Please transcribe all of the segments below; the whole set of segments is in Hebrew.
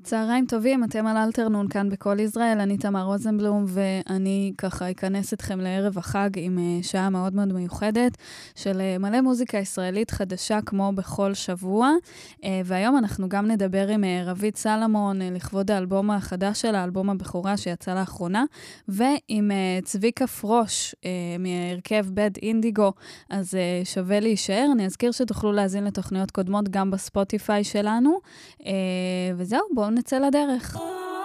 צהריים טובים, אתם על אלתרנון כאן בכל ישראל, אני תמר רוזנבלום, ואני ככה אכנס אתכם לערב החג עם שעה מאוד מאוד מיוחדת, של מלא מוזיקה ישראלית חדשה כמו בכל שבוע, והיום אנחנו גם נדבר עם רבית סלמון לכבוד האלבום החדש שלה, האלבום הבכורה שיצא לאחרונה, ועם צביקה פרוש מהרכב בד אינדיגו, אז שווה להישאר. אני אזכיר שתוכלו להזין לתוכניות קודמות גם בספוטיפיי שלנו, וזהו, בואו נצא לדרך.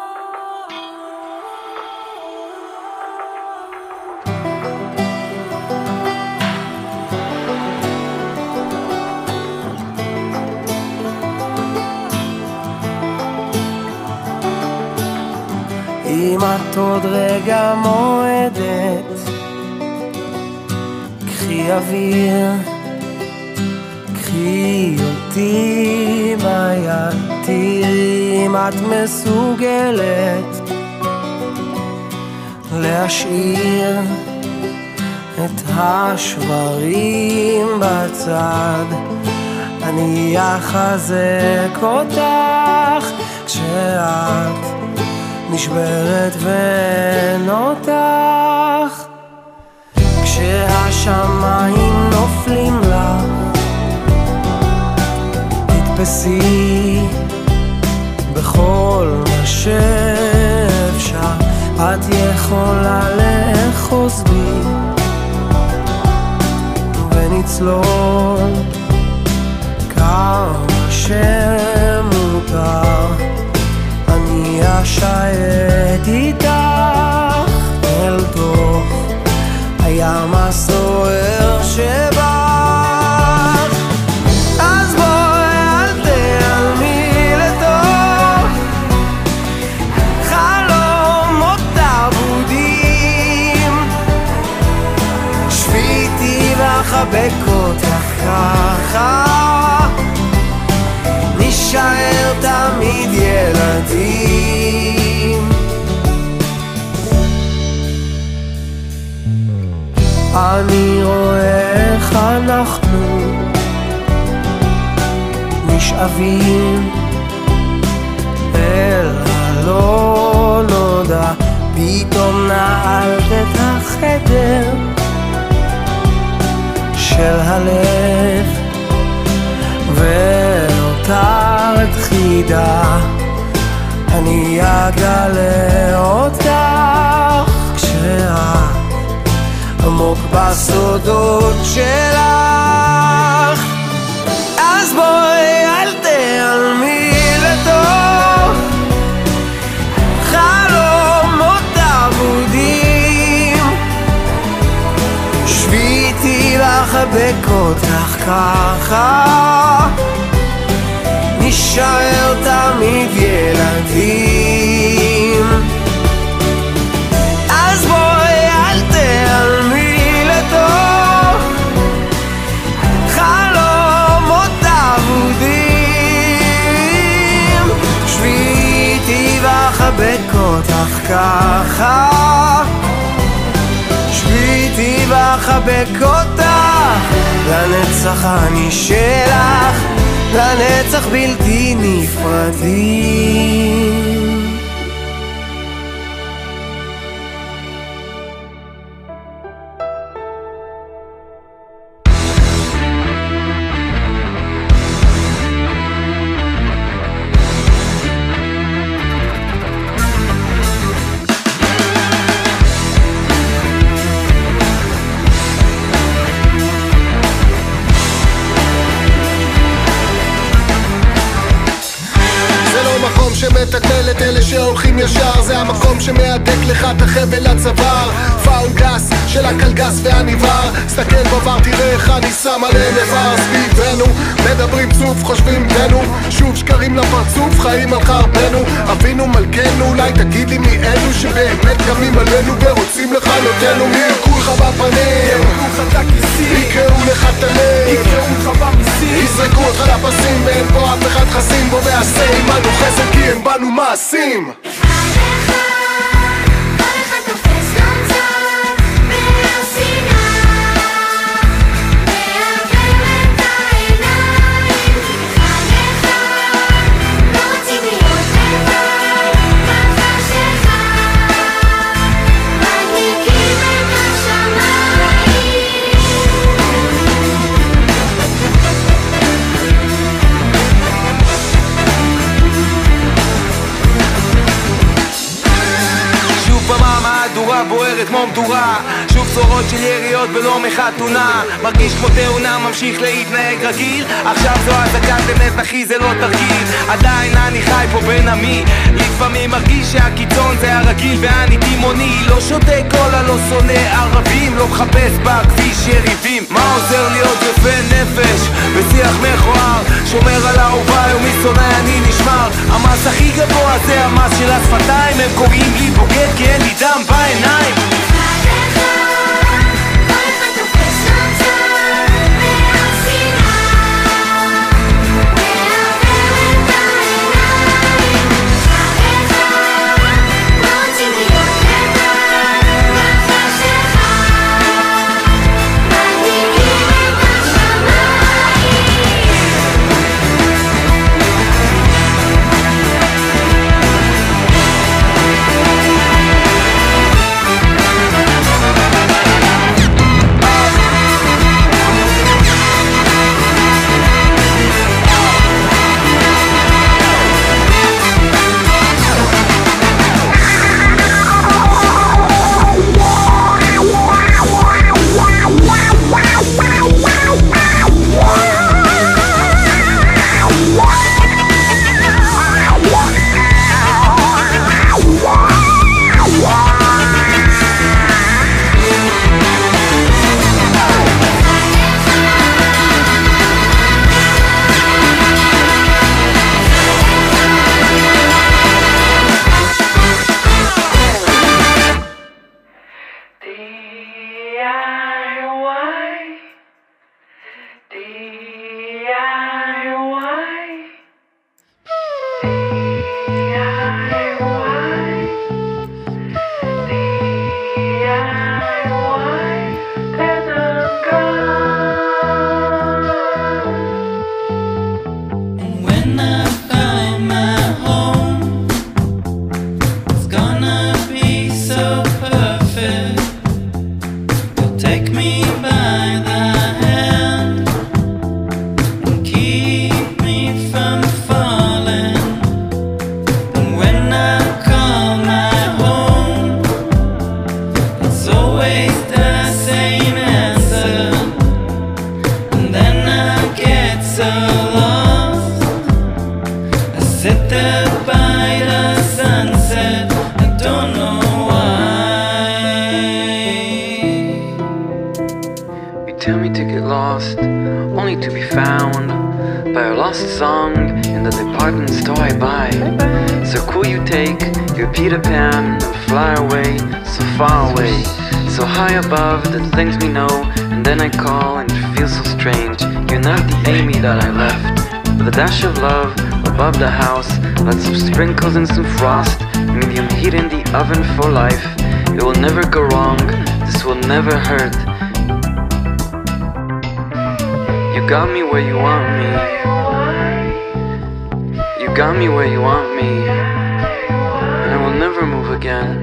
אם את עוד רגע מועדת, קחי אוויר, קחי אותי ביד, תראי אם את מסוגלת להשאיר את השברים בצד. אני אחזק אותך כשאת נשברת ואין אותך, כשהשמיים נופלים לך, תתפסי בכל מה שאפשר. את יכולה לאחוז בי ונצלול כמה שמותר. אני אשייט איתך אל תוך הים הסוער שבך. אז בואי אל תעלמי לתוך חלומות אבודים, שבי איתי ואחבק אותך ככה, נשאר תמיד ילדים. אני רואה איך אנחנו נשאבים אל הלא נודע. פתאום נעלת את החדר של הלב ונותרת חידה. אני אגלה אותך כשאת עמוק בסודות שלך. אז בואי אל תעלמי לתוך חלומות אבודים, שבי איתי ואחבק אותך ככה, נשאר תמיד ילדים. אז בואי אל תעלמי לתוך חלומות אבודים, שבי איתי ואחבק אותך ככה, שבי איתי ואחבק אותך, לנצח אני שלך, לנצח בלתי נפרדים. שמטטל את אלה שהולכים ישר, זה המקום שמהדק לך את החבל הצוואר. פאול גס של הקלגס והניבר, סתכל בבר תראה איך אני שם עליהם איבר. סביבנו מדברים צוף חושבים בנו, שוב שקרים לפרצוף חיים על חרבנו. אבינו מלכנו אולי תגיד לי מי אלו שבאמת קמים עלינו ורוצים לכלותנו. מי יקרו לך בפנים, יקראו לך את הלב, יקראו לך במיסים, יזרקו אותך לפסים ואין פה אף אחד חסין. בוא ועשה עמנו חסד כי הם בנו מעשים. Bye. עכשיו בוערת כמו מדורה, שוב צורות של יריות ולא מחתונה, מרגיש כמו תאונה, ממשיך להתנהג רגיל, עכשיו זו הזקת אמת אחי זה לא תרגיל, עדיין אני חי פה בין עמי, לפעמים מרגיש שהקיצון זה הרגיל ואני תימוני, לא שותה קולה, לא שונא ערבים, לא מחפש בכביש יריבים, מה עוזר להיות יפה נפש בשיח מכוער, שומר על האהובה ומי שונא אני נשמר, המס הכי גבוה זה המס של השפתיים, הם קוראים לי בוגד כי אין לי דם בעיניים. Tell me to get lost, only to be found by a lost song in the department store I buy. So cool you take your Peter Pan and fly away, so far away, so high above the things we know. And then I call and it feels so strange. You're not the Amy that I left. With a dash of love above the house, lots of sprinkles and some frost, medium heat in the oven for life. It will never go wrong, this will never hurt. You got me where you want me. You got me where you want me. And I will never move again.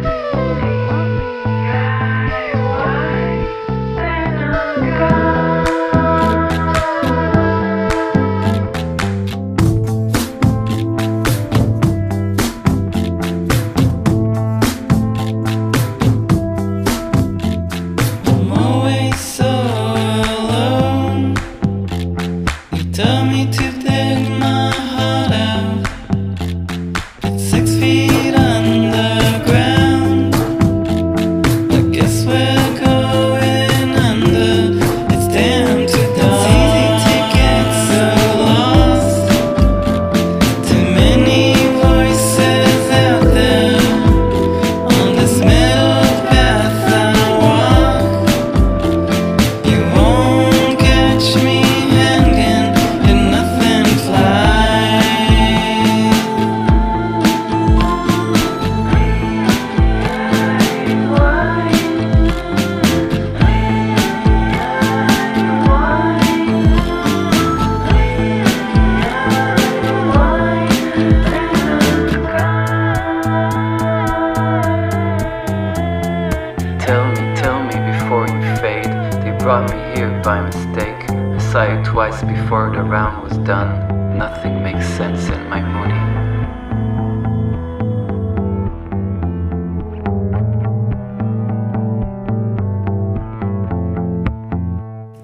Tell me to dig my heart out. It's 6 feet underground. I guess we're going under. It's damn too dark. It's easy to get so lost. Too many voices out there on this middle path I walk. You won't catch me. Tell me before you fade. They brought me here by mistake. I saw you twice before the round was done. Nothing makes sense in my moody.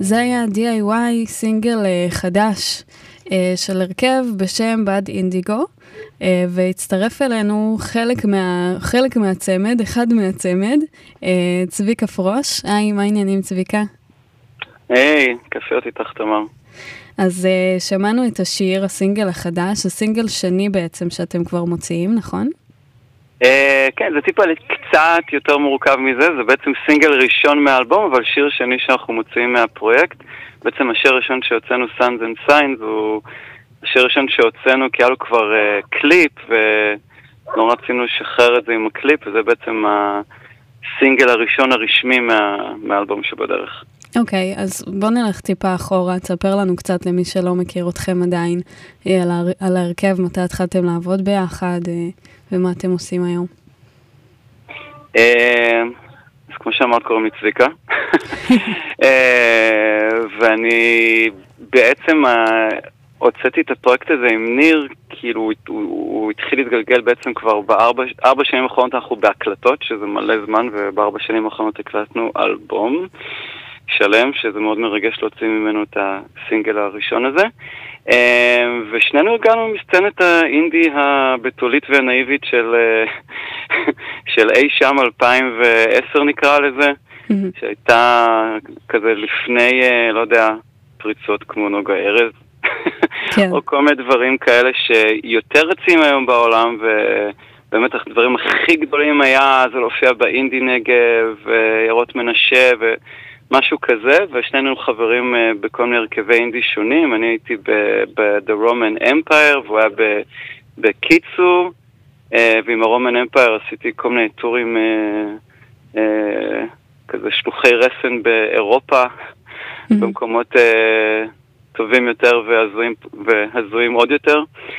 זה היה DIY סינגל חדש של הרכב בשם בד אינדיגו, והצטרף אלינו חלק מהצמד, אחד מהצמד, צביקה פרוש. היי, מה העניינים צביקה? היי, קפה אותי איתך תמר. אז שמענו את השיר, הסינגל החדש, הסינגל שני בעצם שאתם כבר מוציאים, נכון? כן, זה טיפה קצת יותר מורכב מזה, זה בעצם סינגל ראשון מהאלבום, אבל שיר שני שאנחנו מוציאים מהפרויקט. בעצם השיר הראשון שהוצאנו, Suns and Signs, הוא השיר הראשון שהוצאנו כי היה לו כבר קליפ, ולא רצינו לשחרר את זה עם הקליפ, וזה בעצם הסינגל הראשון הרשמי מהאלבום שבדרך. אוקיי, אז בוא נלך טיפה אחורה, תספר לנו קצת למי שלא מכיר אתכם עדיין, על ההרכב, מתי התחלתם לעבוד ביחד, ומה אתם עושים היום. אז כמו שאמרת, קוראים לי צביקה. ואני בעצם הוצאתי את הפרויקט הזה עם ניר, כאילו הוא התחיל להתגלגל בעצם כבר בארבע שנים האחרונות אנחנו בהקלטות, שזה מלא זמן, ובארבע שנים האחרונות הקלטנו אלבום שלם, שזה מאוד מרגש להוציא ממנו את הסינגל הראשון הזה. ושנינו הגענו מסצנת האינדי הבתולית והנאיבית של אי שם 2010 נקרא לזה, שהייתה כזה לפני, לא יודע, פריצות כמו נוגה ארז, או כל מיני דברים כאלה שיותר רצים היום בעולם, ובאמת הדברים הכי גדולים היה זה להופיע באינדי נגב, ירות מנשה משהו כזה, ושנינו חברים בכל מיני הרכבי אינדי שונים. אני הייתי ב-The Roman Empire, והוא היה בקיצור, ועם ה-Roman Empire עשיתי כל מיני טורים כזה שלוחי רסן באירופה, במקומות טובים יותר והזויים עוד יותר.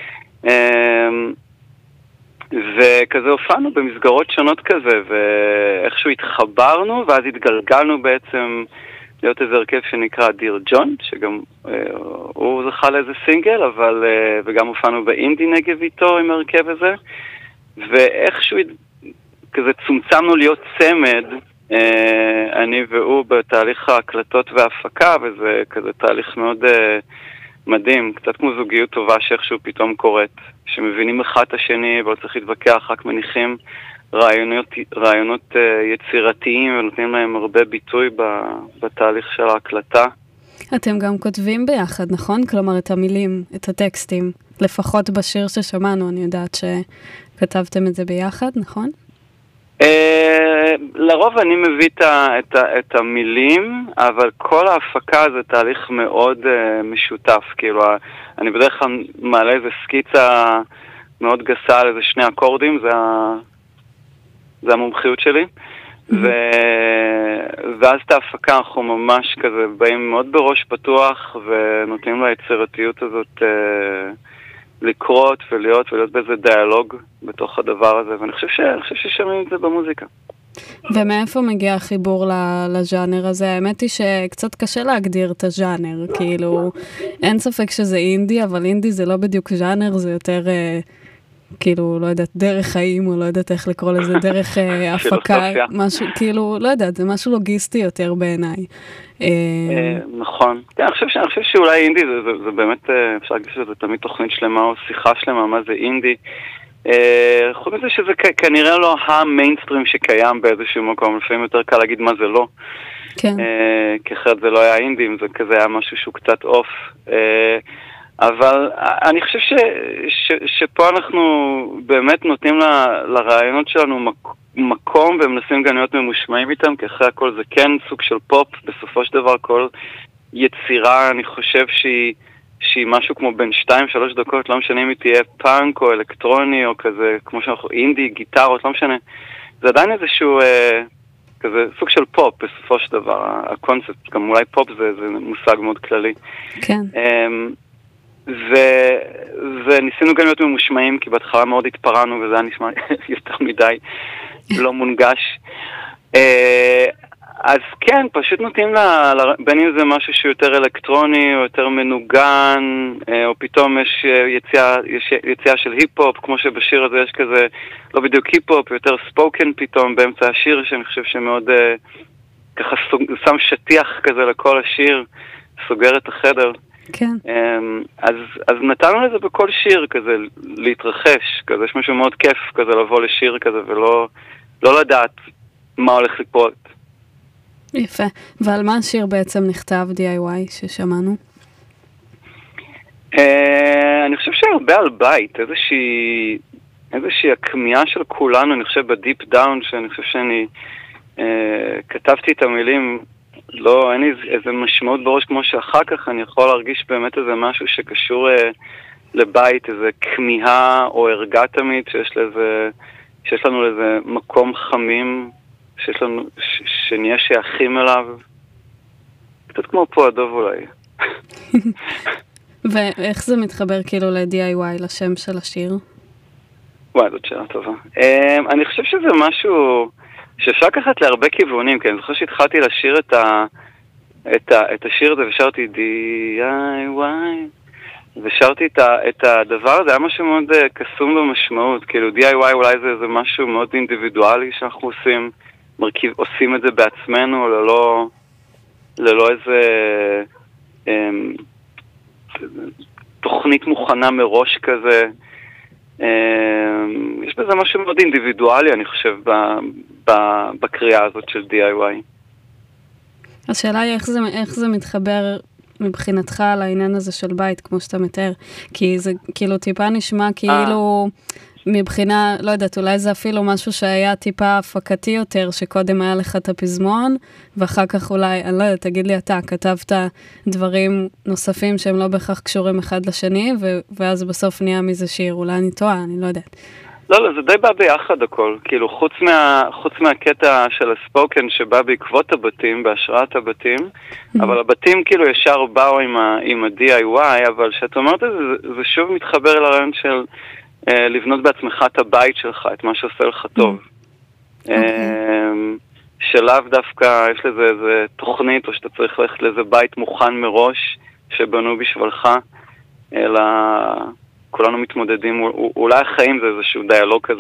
וכזה הופענו במסגרות שונות כזה, ואיכשהו התחברנו, ואז התגלגלנו בעצם להיות איזה הרכב שנקרא דיר ג'ון, שגם הוא זכה לאיזה סינגל, וגם הופענו באינדי נגב איתו עם הרכב הזה, ואיכשהו כזה צומצמנו להיות צמד, אני והוא בתהליך ההקלטות וההפקה, וזה כזה תהליך מאוד מדהים, קצת כמו זוגיות טובה שאיכשהו פתאום קורית, שמבינים אחד את השני ולא צריך להתווכח, רק מניחים רעיונות יצירתיים ונותנים להם הרבה ביטוי בתהליך של ההקלטה. אתם גם כותבים ביחד, נכון? כלומר את המילים, את הטקסטים, לפחות בשיר ששמענו, אני יודעת שכתבתם את זה ביחד, נכון? לרוב אני מביא את המילים, אבל כל ההפקה זה תהליך מאוד משותף, כאילו אני בדרך כלל מעלה איזה סקיצה מאוד גסה על איזה שני אקורדים, זה המומחיות שלי, ואז את ההפקה אנחנו ממש כזה באים מאוד בראש פתוח ונותנים ליצירתיות הזאת לקרות ולהיות באיזה דיאלוג בתוך הדבר הזה, ואני חושב ששומעים את זה במוזיקה. ומאיפה מגיע החיבור לז'אנר הזה? האמת היא שקצת קשה להגדיר את הז'אנר, כאילו אין ספק שזה אינדי, אבל אינדי זה לא בדיוק ז'אנר, זה יותר כאילו, לא יודעת, דרך חיים, או לא יודעת איך לקרוא לזה, דרך הפקה, משהו, כאילו, לא יודעת, זה משהו לוגיסטי יותר בעיניי. נכון. אני חושב שאולי אינדי זה באמת, אפשר להגיד שזה תמיד תוכנית שלמה או שיחה שלמה, מה זה אינדי. חוץ מזה שזה כנראה לא המיינסטרים שקיים באיזשהו מקום, לפעמים יותר קל להגיד מה זה לא. כן. כי אחרת זה לא היה אינדי, זה כזה היה משהו שהוא קצת אוף. אבל אני חושב שפה אנחנו באמת נותנים לרעיונות שלנו מקום ומנסים גם להיות ממושמעים איתם, כי אחרי הכל זה כן סוג של פופ. בסופו של דבר כל יצירה אני חושב שהיא משהו כמו בין 2-3 דקות, לא משנה אם היא תהיה פאנק או אלקטרוני או כזה, כמו שאנחנו אינדי, גיטרות, לא משנה. זה עדיין איזשהו כזה סוג של פופ בסופו של דבר. הקונספט, גם אולי פופ זה מושג מאוד כללי. כן. וניסינו גם להיות ממושמעים, כי בהתחלה מאוד התפרענו, וזה היה נשמע יותר מדי לא מונגש. אז כן, פשוט נותנים בין אם זה משהו שהוא יותר אלקטרוני, או יותר מנוגן, או פתאום יש יציאה של היפ-הופ, כמו שבשיר הזה יש כזה, לא בדיוק היפ-הופ, יותר ספוקן פתאום באמצע השיר, שאני חושב שמאוד ככה שם שטיח כזה לכל השיר, סוגר את החדר. כן. אז נתנו לזה בכל שיר כזה להתרחש, כזה יש משהו מאוד כיף כזה לבוא לשיר כזה ולא לדעת מה הולך לקרות. יפה. ועל מה השיר בעצם נכתב DIY ששמענו? אני חושב שהרבה על בית, איזושהי הכמיהה של כולנו, אני חושב בדיפ דאון, שאני חושב שאני כתבתי את המילים, לא, אין לי איזה משמעות בראש כמו שאחר כך אני יכול להרגיש באמת איזה משהו שקשור לבית, איזה כמיהה או הרגע תמיד, שיש לנו איזה מקום חמים, שנהיה שייכים אליו, קצת כמו פה הדוב אולי. ואיך זה מתחבר כאילו ל-DIY, לשם של השיר? וואי, זאת שאלה טובה. אני חושב שזה משהו שאפשר לקחת להרבה כיוונים, כי אני זוכר שהתחלתי לשיר את השיר הזה ושרתי DIY, ושרתי את הדבר הזה, היה משהו מאוד קסום במשמעות, כאילו DIY אולי זה משהו מאוד אינדיבידואלי שאנחנו עושים את זה בעצמנו, ללא איזה תוכנית מוכנה מראש כזה. יש בזה משהו מאוד אינדיבידואלי, אני חושב, בקריאה הזאת של DIY. השאלה היא איך זה מתחבר מבחינתך לעניין הזה של בית, כמו שאתה מתאר. כי זה כאילו טיפה נשמע כאילו מבחינה, לא יודעת, אולי זה אפילו משהו שהיה טיפה הפקתי יותר, שקודם היה לך את הפזמון, ואחר כך אולי, אני לא יודעת, תגיד לי אתה, כתבת דברים נוספים שהם לא בהכרח קשורים אחד לשני, ואז בסוף נהיה מזה שיר, אולי אני טועה, אני לא יודעת. לא, זה די בא ביחד הכל, כאילו חוץ מהקטע של הספוקן שבא בעקבות הבתים, בהשראת הבתים, אבל הבתים כאילו ישר באו עם ה-DIY, אבל שאת אומרת זה שוב מתחבר לרעיון של לבנות בעצמך את הבית שלך, את מה שעושה לך טוב. שלאו דווקא יש לזה איזה תוכנית, או שאתה צריך ללכת לאיזה בית מוכן מראש, שבנו בשבילך, אלא כולנו מתמודדים, אולי החיים זה איזשהו דיאלוג כזה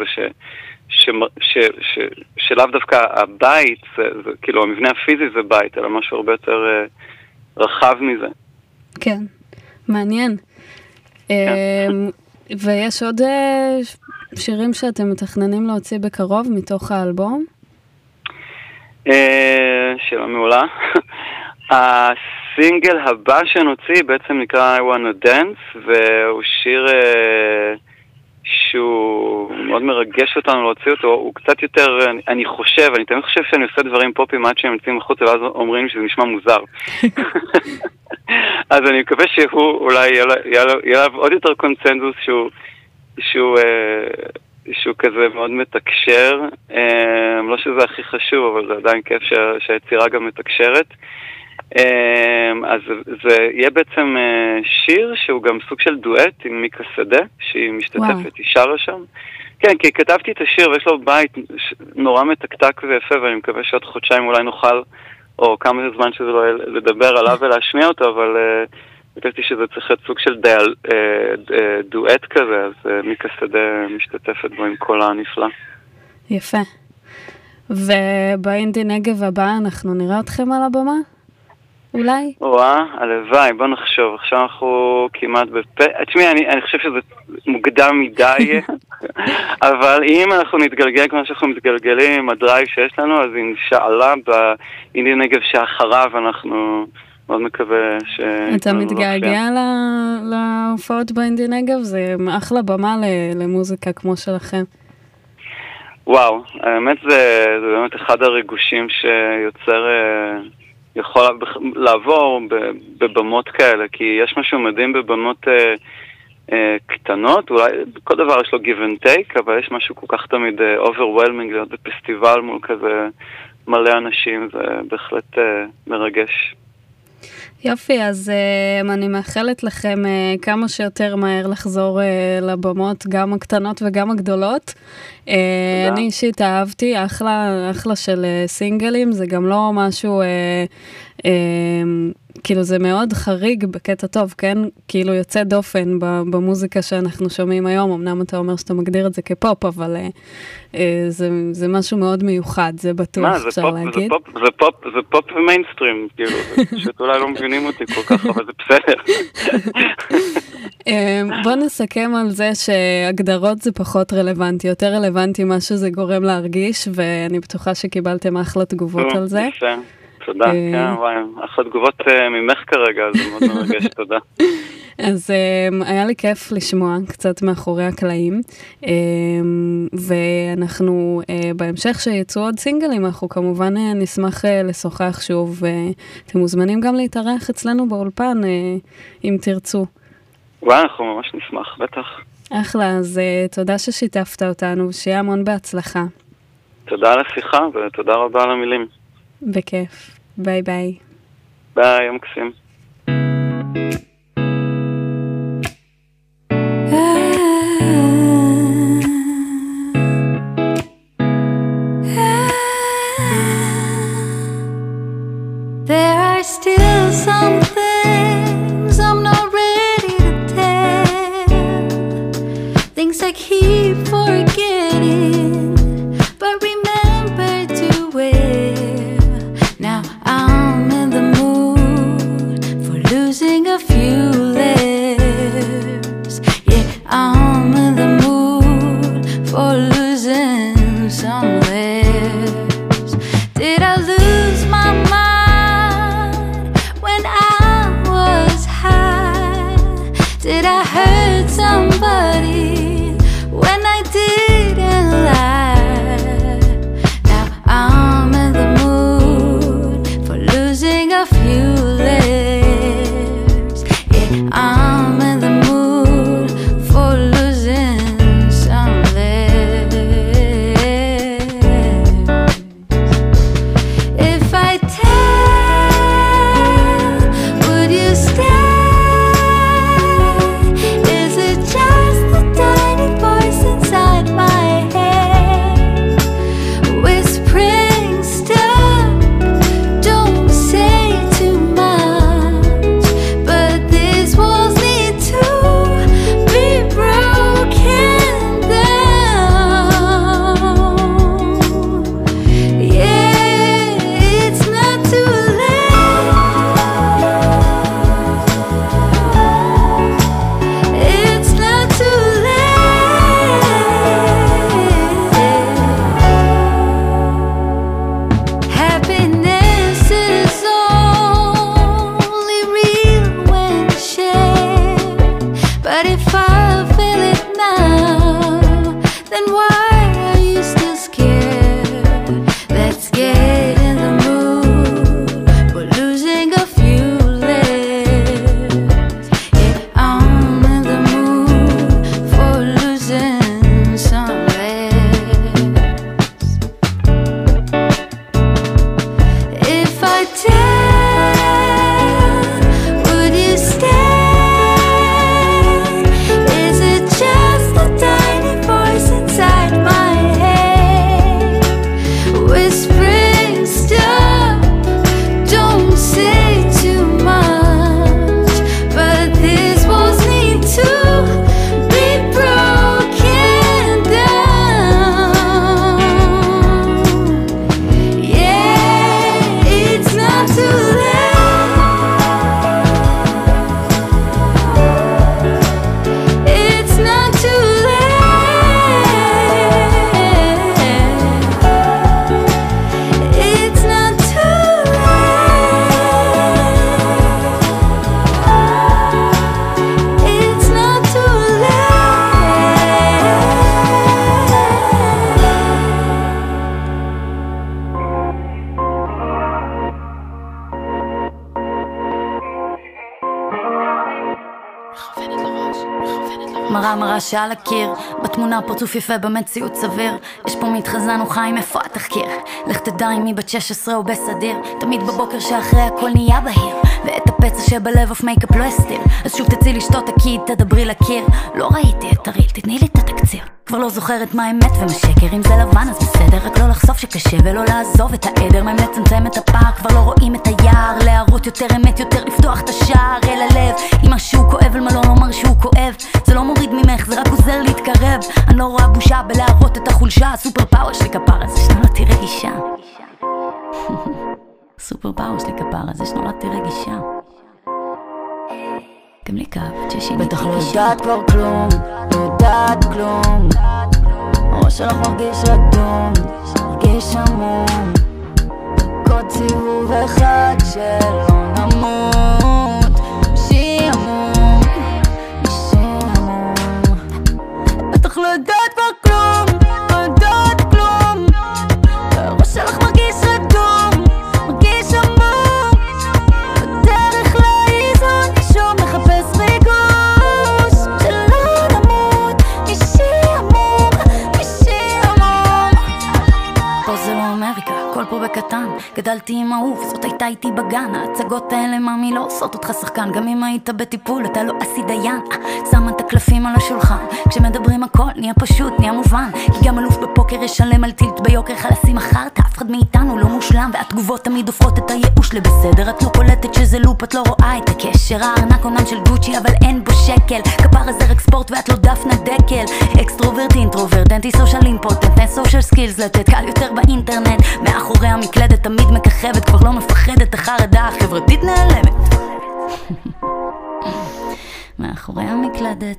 שלאו דווקא הבית, זה, כאילו המבנה הפיזי זה בית, אלא משהו הרבה יותר רחב מזה. כן, מעניין. ויש עוד שירים שאתם מתכננים להוציא בקרוב מתוך האלבום? שאלה מעולה. הסינגל הבא שנוציא בעצם נקרא I Wanna Dance, והוא שיר שהוא מאוד מרגש אותנו להוציא אותו. הוא קצת יותר, אני תמיד חושב שאני עושה דברים פופים עד שהם יוצאים מחוץ, ואז אומרים שזה נשמע מוזר. אז אני מקווה שהוא אולי יהיה לו עוד יותר קונצנזוס שהוא כזה מאוד מתקשר. לא שזה הכי חשוב, אבל זה עדיין כיף שהיצירה גם מתקשרת. אז זה יהיה בעצם שיר שהוא גם סוג של דואט עם מיקה שדה, שהיא משתתפת, היא שרה שם. כן, כי כתבתי את השיר ויש לו בית נורא מתקתק ויפה, ואני מקווה שעוד חודשיים אולי נוכל, או כמה זמן שזה לא לדבר עליו ולהשמיע אותו, אבל חשבתי שזה צריך להיות סוג של דואט כזה, אז מיקה שדה משתתפת בו עם קולה נפלא. יפה. ובאינדי נגב הבא אנחנו נראה אתכם על הבמה? אולי? הלוואי, בוא נחשוב. עכשיו אנחנו כמעט תשמעי, אני חושב שזה מוקדם מדי, אבל אם אנחנו נתגלגל כמו שאנחנו מתגלגלים עם הדרייב שיש לנו, אז אינשאללה באינדי נגב שאחריו אנחנו מאוד מקווה ש... אתה מתגעגע להופעות באינדי נגב? זה אחלה במה למוזיקה כמו שלכם. וואו, האמת זה באמת אחד הריגושים שיוצר... יכול לעבור בבמות כאלה, כי יש משהו מדהים בבמות קטנות, אולי כל דבר יש לו give and take, אבל יש משהו כל כך תמיד overwhelming, להיות בפסטיבל מול כזה מלא אנשים, זה בהחלט מרגש. יופי, אז אני מאחלת לכם כמה שיותר מהר לחזור לבמות, גם הקטנות וגם הגדולות. אני אישית אהבתי, אחלה של סינגלים, זה גם לא משהו כאילו זה מאוד חריג בקטע טוב, כן? כאילו יוצא דופן במוזיקה שאנחנו שומעים היום, אמנם אתה אומר שאתה מגדיר את זה כפופ, אבל זה משהו מאוד מיוחד, זה בטוח, אפשר להגיד. זה פופ ומיינסטרים, כאילו, פשוט אולי לא מבינים אותי כל כך, אבל זה בסדר. בוא נסכם על זה שהגדרות זה פחות רלוונטי, יותר רלוונטי מה שזה גורם להרגיש, ואני בטוחה שקיבלתם אחלה תגובות על זה. תודה, כן, וואי, אחלה תגובות ממך כרגע, זה מאוד מרגש, תודה. אז היה לי כיף לשמוע קצת מאחורי הקלעים, ואנחנו בהמשך שיצאו עוד סינגלים, אנחנו כמובן נשמח לשוחח שוב, ואתם מוזמנים גם להתארח אצלנו באולפן, אם תרצו. וואי, אנחנו ממש נשמח, בטח. אחלה, אז תודה ששיתפת אותנו, שיהיה המון בהצלחה. תודה על השיחה, ותודה רבה על המילים. בכיף. ביי ביי. ביי, יום קסים. There are still some things I'm not ready to tell, things I keep forgetting, but remember to wear. Now I'm in the mood for losing a few layers. Yeah, I'm in the mood for losing some layers. Did I lose my mind when I was high? Did I hurt somebody when I didn't lie? Now I'm in the mood for losing a few layers. Yeah, I'm in the mood for losing some layers. If I tell, would you stay? Is it just the tiny voice inside my head whispering stuff? Don't say too much, but these walls need to be broken down. Yeah, it's not too late. It's not too late. Happiness is only real when shared, but if I feel it now, then why are you still scared? Let's get in the mood for losing a few layers. Yeah, I'm in the mood for losing some layers. If I tell, would you stay? Is it just the tiny voice inside my head whispering stuff? Don't say too much, but these walls need to be broken down. Yeah, it's not too late. It's not too late. It's not too late. It's not too מראה שעל הקיר, בתמונה פרצוף יפה במציאות סביר. יש פה מתחזן או חיים, איפה התחקיר? לך תדע אם היא בת 16 או בסדיר. תמיד בבוקר שאחרי הכל נהיה בהיר, ואת הפצע שבלב אוף מייקאפ לא אסתיר. אז שוב תצאי לשתות הקיד, תדברי לקיר. לא ראיתי את הריל, תתני לי את התקציר. כבר לא זוכרת מה אמת ומה שקר. אם זה לבן אז בסדר, רק לא לחשוף שקשה ולא לעזוב את העדר. מה אם לצמצם את הפער, כבר לא רואים את היער. להראות יותר אמת, יותר לפתוח את השער אל הלב. אם משהו כואב, על מה לא לומר שהוא כואב. זה לא מוריד ממך, זה רק עוזר להתקרב. אני לא רואה בושה בלהראות את החולשה. הסופר פאוור שלי כפרה, זה שנולדתי רגישה. סופר פאוור שלי כפרה, זה שנולדתי רגישה. גם לי כאב, ששיניתי בטח לא יודעת כבר כלום, לא יודעת כלום. הראש שלך מרגיש רדום, מרגיש עמום. קוד סיבוב אחד שלא נמות. שעמום, שעמום. בטח לא יודעת כבר כלום, לא יודעת כלום. הראש שלך מרגיש רדום, מרגיש עמום. בדרך לאיזון נשום מחפש ריגוש. שלא נמות, משעמום, משעמום. פה זה לא אמריקה, הכל פה בקטן. גדלתי עם אהוב, זאת הייתה איתי בגן. ההצגות האלה מאמי לא עושות אותך שחקן. גם אם היית בטיפול אתה לא עשי דיין. שמה את הקלפים על השולחן. כשמדברים הכל נהיה פשוט, נהיה מובן. כי גם אלוף בפוקר ישלם על טילט ביוקר. חלסים אחרת, אף אחד מאיתנו לא מושלם. והתגובות תמיד הופכות את הייאוש לבסדר. את לא קולטת שזה לופ, את לא רואה את הקשר. הארנק עונן של גוצ'י אבל אין בו שקל. כפר הזה רק ספורט ואת לא דפנה דקל. אקסטרוברט, אינטרוברט, אנטי סושיאל אימפוטנט. אין סושיאל סקילס לתת, קל יותר באינטרנט. מאחורי המקלדת תמיד מככבת, כבר לא מפחדת, החרדה החברתית נעלמת. מאחורי המקלדת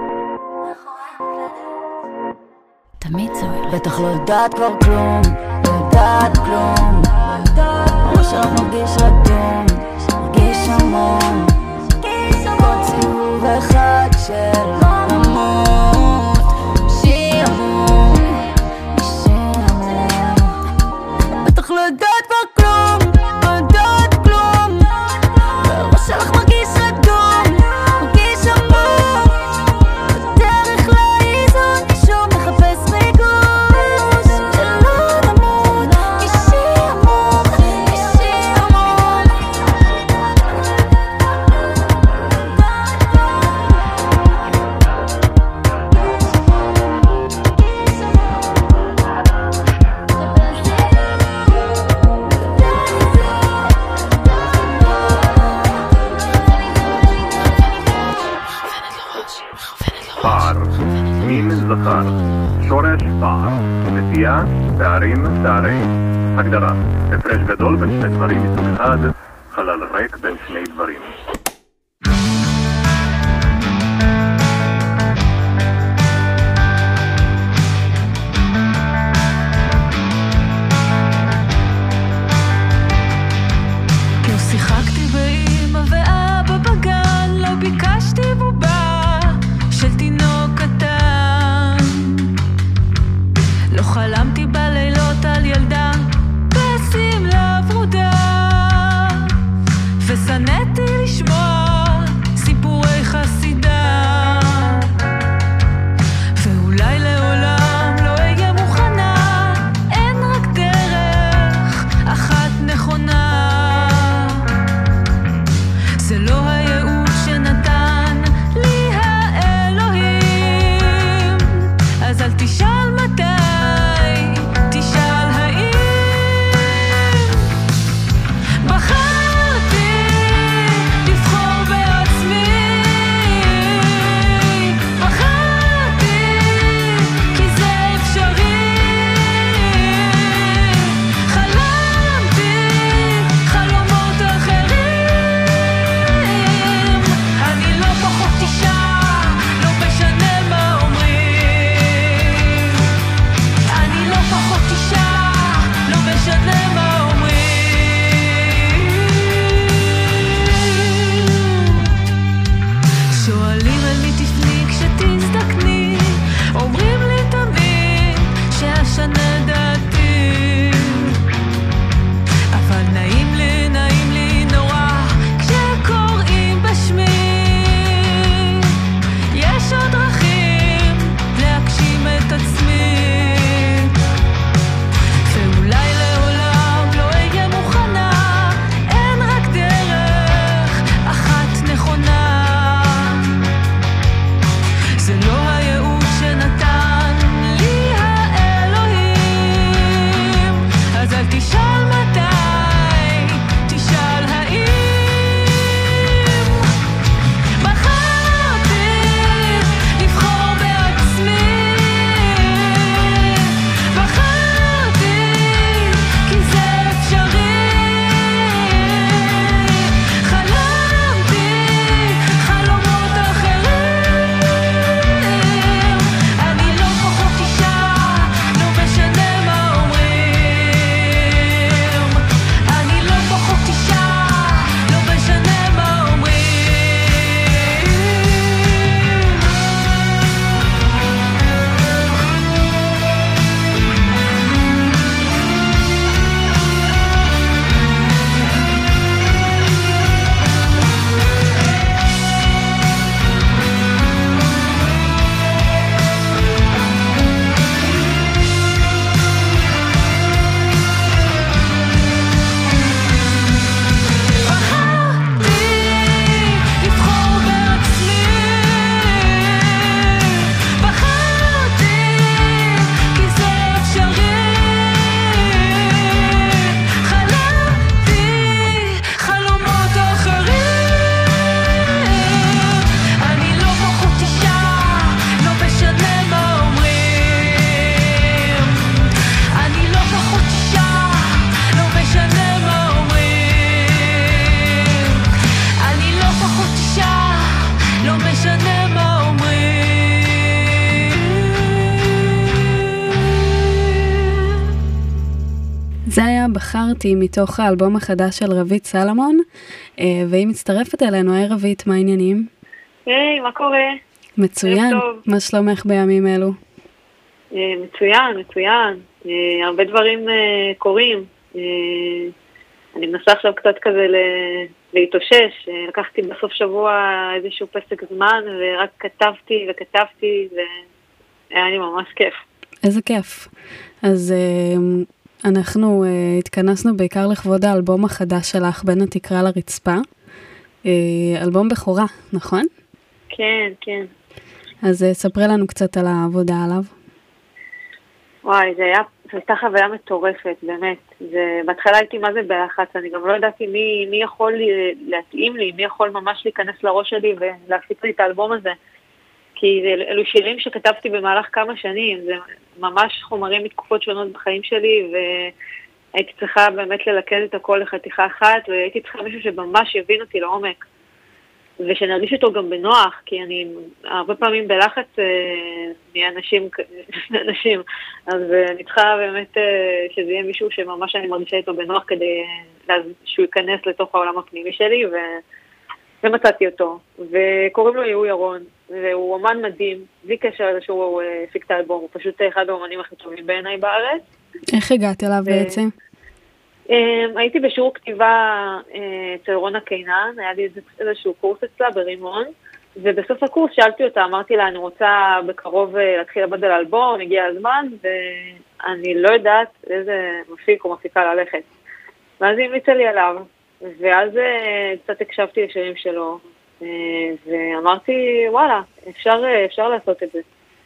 תמיד צועק. בטח לא יודעת כבר כלום, לא יודעת כלום. הראש שלך מרגיש רדום, מרגיש עמום. קוד סיבוב אחד שלא נמות. שעמום, שעמום. בטח לא יודעת כבר כלום, לא יודעת כלום. הראש שלך מרגיש רדום, מרגיש עמום. בדרך לאיזון נשום מחפש ריגוש. שלא נמות, משעמום, משעמום. פער, מין זכר, שורש פער, נטייה, פערים, פערי, הגדרה, הפרש גדול בין שני דברים מסוג אחד, חלל ריק בין שני דברים. לא שיחקתי באמא ואבא בגן, לא ביקשתי בובה של תינוק קטן. לא חלמתי בלילות על ילדה בשמלה ורודה, ושנאתי לשמוע סיפורי חסידה. ואולי לעולם לא אהיה מוכנה, אין רק דרך אחת נכונה. זה לא הייעוד שנתן לי האלוהים, אז אל תשאל מתי זה היה בחרתי מתוך האלבום החדש של רבית סלומון, והיא מצטרפת אלינו. היי רבית, מה העניינים? היי, מה קורה? מצוין, מה שלומך בימים אלו? מצוין, הרבה דברים קורים. אני מנסה עכשיו קצת כזה להתאושש, לקחתי בסוף שבוע איזשהו פסק זמן ורק כתבתי והיה לי ממש כיף. איזה כיף. אז אנחנו התכנסנו בעיקר לכבוד האלבום החדש שלך, בין התקרה לרצפה. אלבום בכורה, נכון? כן. אז ספרי לנו קצת על העבודה עליו. וואי, זו הייתה חוויה מטורפת, באמת. בהתחלה הייתי מה זה בלחץ, אני גם לא ידעתי מי יכול להתאים לי, מי יכול ממש להיכנס לראש שלי ולהפיץ לי את האלבום הזה. כי אלו שירים שכתבתי במהלך כמה שנים, זה ממש חומרים מתקופות שונות בחיים שלי, והייתי צריכה באמת ללכד את הכל לחתיכה אחת, והייתי צריכה מישהו שממש יבין אותי לעומק. ושנרגיש אותו גם בנוח, כי אני הרבה פעמים בלחץ מאנשים, אז אני צריכה באמת שזה יהיה מישהו שממש אני מרגישה איתו בנוח, כדי שהוא ייכנס לתוך העולם הפנימי שלי, ומצאתי אותו. וקוראים לו יהוא ירון, והוא אומן מדהים, בלי קשר לזה שהוא הפיק את האלבום, הוא פשוט אחד האומנים הכי טובים בעיניי בארץ. איך הגעת אליו בעצם? הייתי בשיעור כתיבה אצל רונה קינן, היה לי איזשהו קורס אצלה ברימון, ובסוף הקורס שאלתי אותה, אמרתי לה, אני רוצה בקרוב להתחיל לעבוד על האלבום, הגיע הזמן, ואני לא יודעת איזה מפיק או מפיקה ללכת. ואז היא המליצה לי עליו, ואז קצת הקשבתי לשירים שלו, ואמרתי, וואלה, אפשר לעשות את זה.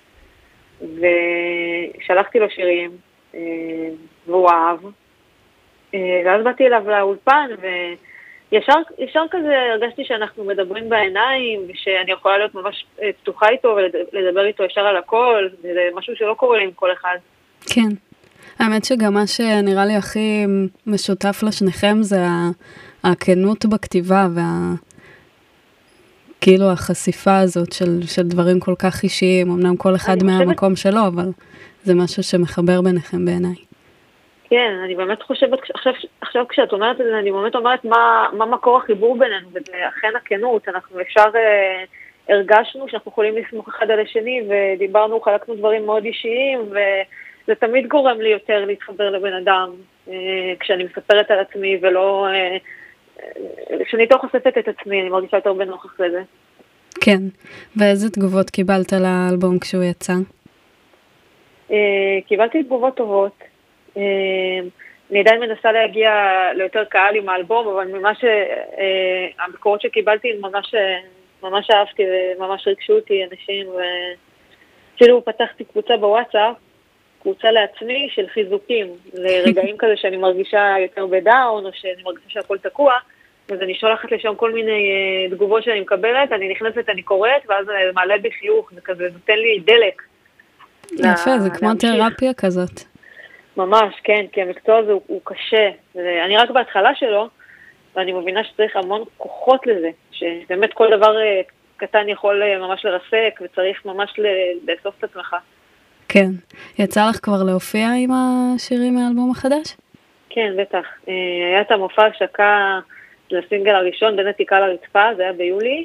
ושלחתי לו שירים, והוא אהב, ואז באתי אליו לאולפן, וישר כזה הרגשתי שאנחנו מדברים בעיניים, ושאני יכולה להיות ממש פתוחה איתו, ולדבר איתו ישר על הכל, זה משהו שלא קורה לי עם כל אחד. כן. האמת שגם מה שנראה לי הכי משותף לשניכם, זה הכנות בכתיבה, כאילו החשיפה הזאת של דברים כל כך אישיים, אמנם כל אחד מהמקום שלו, אבל זה משהו שמחבר ביניכם בעיניי. כן, אני באמת חושבת, עכשיו כשאת אומרת את זה, אני באמת אומרת מה מקור החיבור בינינו, וזה אכן הכנות, אנחנו הרגשנו שאנחנו יכולים לסמוך אחד על השני, ודיברנו, חלקנו דברים מאוד אישיים, וזה תמיד גורם לי יותר להתחבר לבן אדם, כשאני מספרת על עצמי, ולא, כשאני יותר חושפת את עצמי, אני מרגישה יותר בנוח אחרי זה. כן, ואיזה תגובות קיבלת על האלבום כשהוא יצא? קיבלתי תגובות טובות. אני עדיין מנסה להגיע ליותר קהל עם האלבום, אבל ממש הביקורות שקיבלתי ממש אהבתי וממש ריגשו אותי אנשים, ואפילו פתחתי קבוצה בוואטסאפ, קבוצה לעצמי של חיזוקים, לרגעים כזה שאני מרגישה יותר בדאון, או שאני מרגישה שהכל תקוע, אז אני שולחת לשם כל מיני תגובות שאני מקבלת, אני נכנסת, אני קוראת, ואז מעלה בי חיוך, זה כזה נותן לי דלק. יפה, זה כמו תרפיה כזאת. ממש, כן, כי המקצוע הזה הוא קשה. אני רק בהתחלה שלו, ואני מבינה שצריך המון כוחות לזה, שבאמת כל דבר קטן יכול ממש לרסק, וצריך ממש לאסוף את עצמך. כן. יצא לך כבר להופיע עם השירים מהאלבום החדש? כן, בטח. היה את המופע השקה לסינגל הראשון, בין התקרה לרצפה, זה היה ביולי.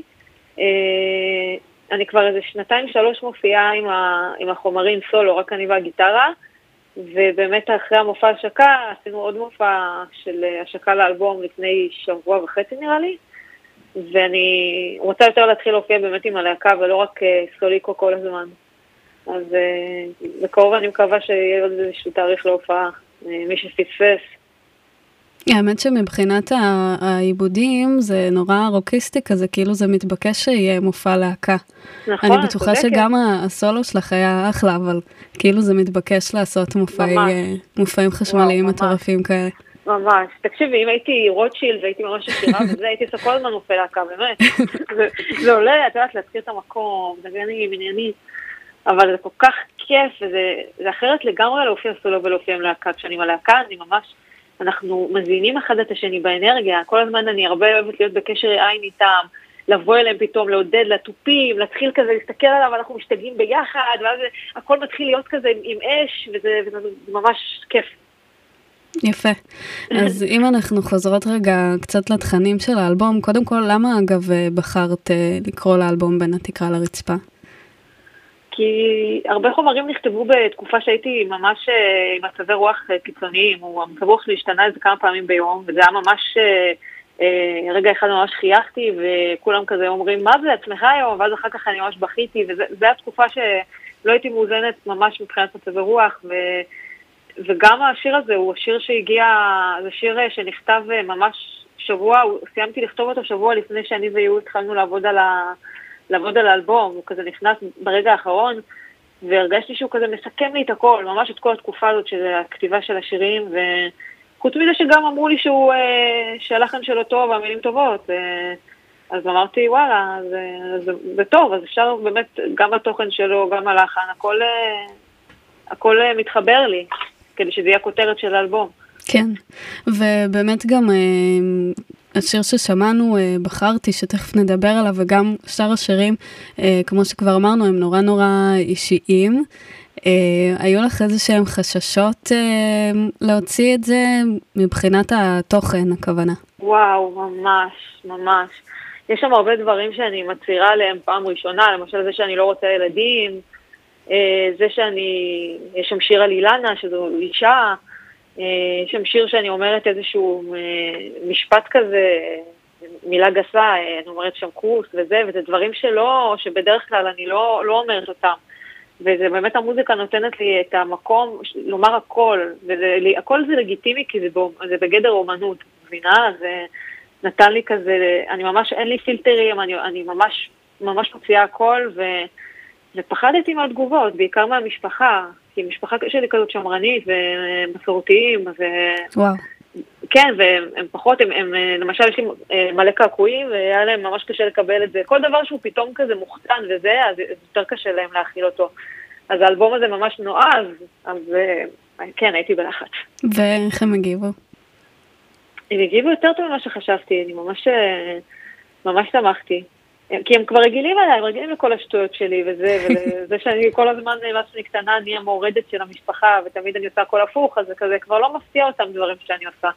אני כבר איזה 2-3 מופיעה עם החומרים סולו, רק אני והגיטרה, ובאמת אחרי המופע השקה, עשינו עוד מופע של השקה לאלבום לפני שבוע וחצי נראה לי, ואני רוצה יותר להתחיל להופיע באמת עם הלהקה, ולא רק סוליקו כל הזמן. אז בקרוב אני מקווה שיהיה עוד איזשהו תאריך להופעה, מי שפספס. האמת שמבחינת העיבודים זה נורא רוקיסטי כזה, כאילו זה מתבקש שיהיה מופע להקה. נכון, אני בטוחה שגם הסולו שלך היה אחלה, אבל כאילו זה מתבקש לעשות מופעים חשמליים מטורפים כאלה. ממש. תקשיבי, אם הייתי רוטשילד והייתי ממש עשירה וזה, הייתי עושה כל הזמן מופע להקה, באמת. זה עולה, את יודעת, להזכיר את המקום, זה ענייני, אבל זה כל כך כיף, וזה אחרת לגמרי להופיע סולו ולהופיע עם להקה. כשאני עם הלהקה, אני ממש... אנחנו מזינים אחד את השני באנרגיה, כל הזמן אני הרבה אוהבת להיות בקשר עין איתם, לבוא אליהם פתאום, לעודד, לטופים, להתחיל כזה, להסתכל עליו, אנחנו משתגעים ביחד, ואז הכל מתחיל להיות כזה עם אש, וזה ממש כיף. יפה. אז אם אנחנו חוזרות רגע קצת לתכנים של האלבום, קודם כל, למה אגב בחרת לקרוא לאלבום בין התקרה לרצפה? כי הרבה חומרים נכתבו בתקופה שהייתי ממש עם מצבי רוח קיצוניים, או המצב רוח שלי השתנה איזה כמה פעמים ביום, וזה היה ממש, רגע אחד ממש חייכתי, וכולם כזה אומרים, מה זה, עצמך היום? ואז אחר כך אני ממש בכיתי, וזו התקופה שלא הייתי מאוזנת ממש מבחינת מצבי רוח, וגם השיר הזה הוא השיר שהגיע, זה שיר שנכתב ממש שבוע, סיימתי לכתוב אותו שבוע לפני שאני ויהוא התחלנו לעבוד על האלבום, הוא כזה נכנס ברגע האחרון, והרגשתי שהוא כזה מסכם לי את הכל, ממש את כל התקופה הזאת של הכתיבה של השירים, וחוץ מזה שגם אמרו לי שהלחן שלו טוב והמילים טובות, אז אמרתי וואלה, זה טוב, אז אפשר באמת גם התוכן שלו, גם הלחן, הכל מתחבר לי, כדי שזה יהיה כותרת של האלבום. כן, ובאמת גם השיר ששמענו, בחרתי, שתכף נדבר עליו, וגם שאר השירים, כמו שכבר אמרנו, הם נורא נורא אישיים. היו לך איזה שהם חששות להוציא את זה מבחינת התוכן, הכוונה? וואו, ממש, ממש. יש שם הרבה דברים שאני מצהירה עליהם פעם ראשונה, למשל זה שאני לא רוצה ילדים, זה יש שם שיר על אילנה, שזו אישה, יש שם שיר שאני אומרת איזשהו משפט כזה, מילה גסה, אני אומרת שם קרוס וזה דברים שבדרך כלל אני לא אומרת אותם. וזה באמת המוזיקה נותנת לי את המקום לומר הכל, הכל זה לגיטימי כי זה בגדר אומנות, מבינה? זה נתן לי כזה, אני ממש, אין לי פילטרים, אני ממש מוציאה הכל, ופחדתי מהתגובות, בעיקר מהמשפחה, כי משפחה שלי כזאת שמרנית ומסורתיים, וואו. כן, והם פחות, למשל יש לי מלא קעקועים, והיה להם ממש קשה לקבל את זה. כל דבר שהוא פתאום כזה מוחצן וזה, אז יותר קשה להם להכיל אותו. אז האלבום הזה ממש נועז, אז כן, הייתי בלחץ. ואיך הם הגיבו? הם הגיבו יותר טוב ממה שחשבתי, אני ממש שמחתי. כי הם כבר רגילים עליי, הם רגילים לכל השטויות שלי וזה שאני כל הזמן מאז שאני קטנה, אני המורדת של המשפחה, ותמיד אני עושה הכל הפוך, אז זה כזה כבר לא מפתיע אותם דברים שאני עושה.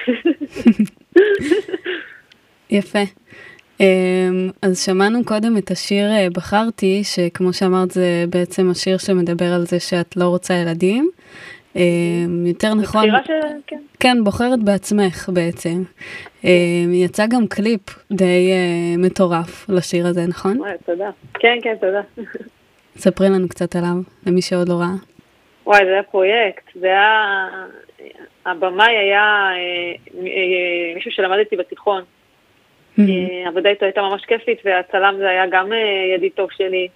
יפה. אז שמענו קודם את השיר בחרתי, שכמו שאמרת זה בעצם השיר שמדבר על זה שאת לא רוצה ילדים. יותר נכון, כן, בוחרת בעצמך בעצם. יצא גם קליפ די מטורף לשיר הזה, נכון? וואי, תודה. כן, תודה. ספרי לנו קצת עליו, למי שעוד לא ראה. וואי, זה היה פרויקט, הבמאי היה מישהו שלמדתי בתיכון. העבודה איתו הייתה ממש כיפית, והצלם זה היה גם ידיד טוב שלי.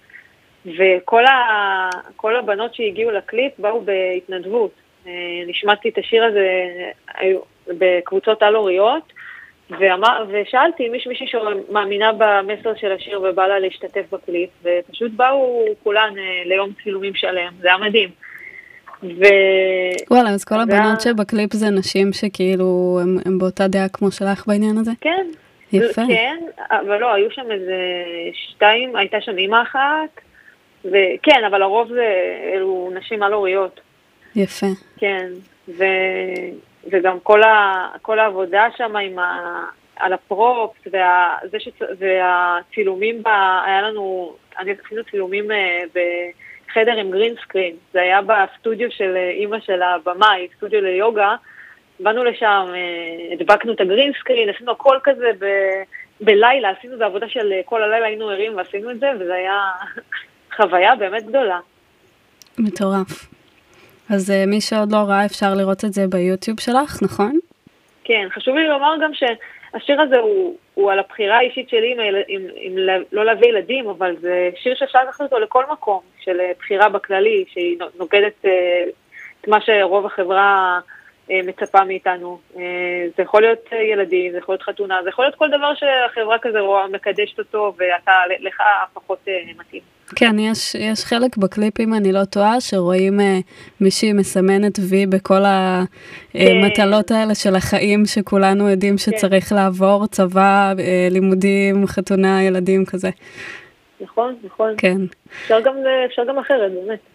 וכל הבנות שהגיעו לקליפ באו בהתנדבות. נשמעתי את השיר הזה בקבוצות על-הוריות, ושאלתי אם יש מישהי שמאמינה במסר של השיר ובא לה להשתתף בקליפ, ופשוט באו כולן ליום צילומים שלהם, זה היה מדהים. וואלה, אז כל הבנות שבקליפ זה נשים שכאילו הם באותה דעה כמו שלך בעניין הזה? כן. יפה. כן, אבל לא, היו שם איזה 2, הייתה שם אמא אחת, וכן, אבל הרוב אלו נשים על-הוריות. יפה. כן, וגם כל העבודה שם על הפרופס, והצילומים, היה לנו, אני עשינו צילומים בחדר עם גרין סקרין, זה היה בסטודיו של אמא של הבמאי, סטודיו ליוגה, באנו לשם, הדבקנו את הגרין סקרין, עשינו הכל כזה בלילה, עשינו את העבודה של כל הלילה, היינו ערים ועשינו את זה, וזה היה חוויה באמת גדולה. מטורף. אז מי שעוד לא ראה אפשר לראות את זה ביוטיוב שלך, נכון? כן, חשוב לי לומר גם שהשיר הזה הוא על הבחירה האישית שלי אם לא להביא ילדים, אבל זה שיר שאפשר לקחת אותו לכל מקום, של בחירה בכללי, שהיא נוגדת את מה שרוב החברה מצפה מאיתנו. זה יכול להיות ילדים, זה יכול להיות חתונה, זה יכול להיות כל דבר שהחברה כזה מקדשת אותו, ואתה לך פחות מתאים. כן, יש חלק בקליפים, אני לא טועה, שרואים מישהי מסמנת וי בכל המטלות האלה של החיים שכולנו יודעים שצריך לעבור, צבא, לימודים, חתונה, ילדים כזה. נכון. כן. אפשר גם אחרת, באמת.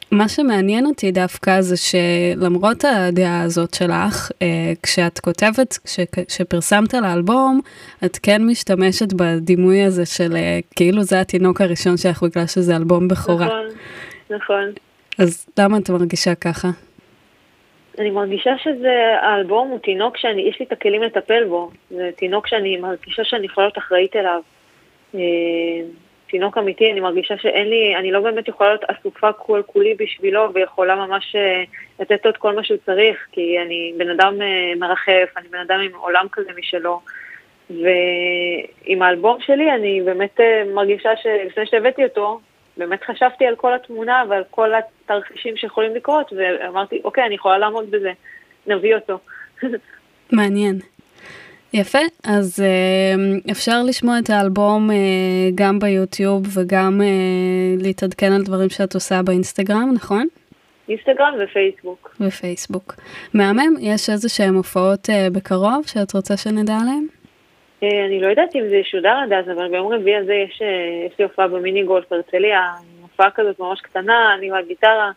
מה שמעניין אותי דווקא זה שלמרות הדעה הזאת שלך, כשאת כותבת, כשפרסמת לאלבום, את כן משתמשת בדימוי הזה של כאילו זה התינוק הראשון שלך בגלל שזה אלבום בכורה. נכון, נכון. אז למה את מרגישה ככה? אני מרגישה שזה, האלבום הוא תינוק יש לי את הכלים לטפל בו. זה תינוק שאני מרגישה שאני יכולה להיות אחראית אליו. תינוק אמיתי, אני מרגישה אני לא באמת יכולה להיות אסופה כולי בשבילו, ויכולה ממש לתת לו את כל מה שהוא צריך, כי אני בן אדם מרחף, אני בן אדם עם עולם כזה משלו. ועם האלבום שלי אני באמת מרגישה שלפני שהבאתי אותו, באמת חשבתי על כל התמונה ועל כל התרחישים שיכולים לקרות, ואמרתי, אוקיי, אני יכולה לעמוד בזה, נביא אותו. מעניין. יפה, אז אפשר לשמוע את האלבום גם ביוטיוב וגם להתעדכן על דברים שאת עושה באינסטגרם, נכון? אינסטגרם ופייסבוק. ופייסבוק. מהמם, יש איזה שהן הופעות בקרוב שאת רוצה שנדע עליהן? אני לא יודעת אם זה ישודר עד אז, אבל ביום רביעי הזה יש לי הופעה במיני גולף הרצליה, הופעה כזאת ממש קטנה, אני והגיטרה,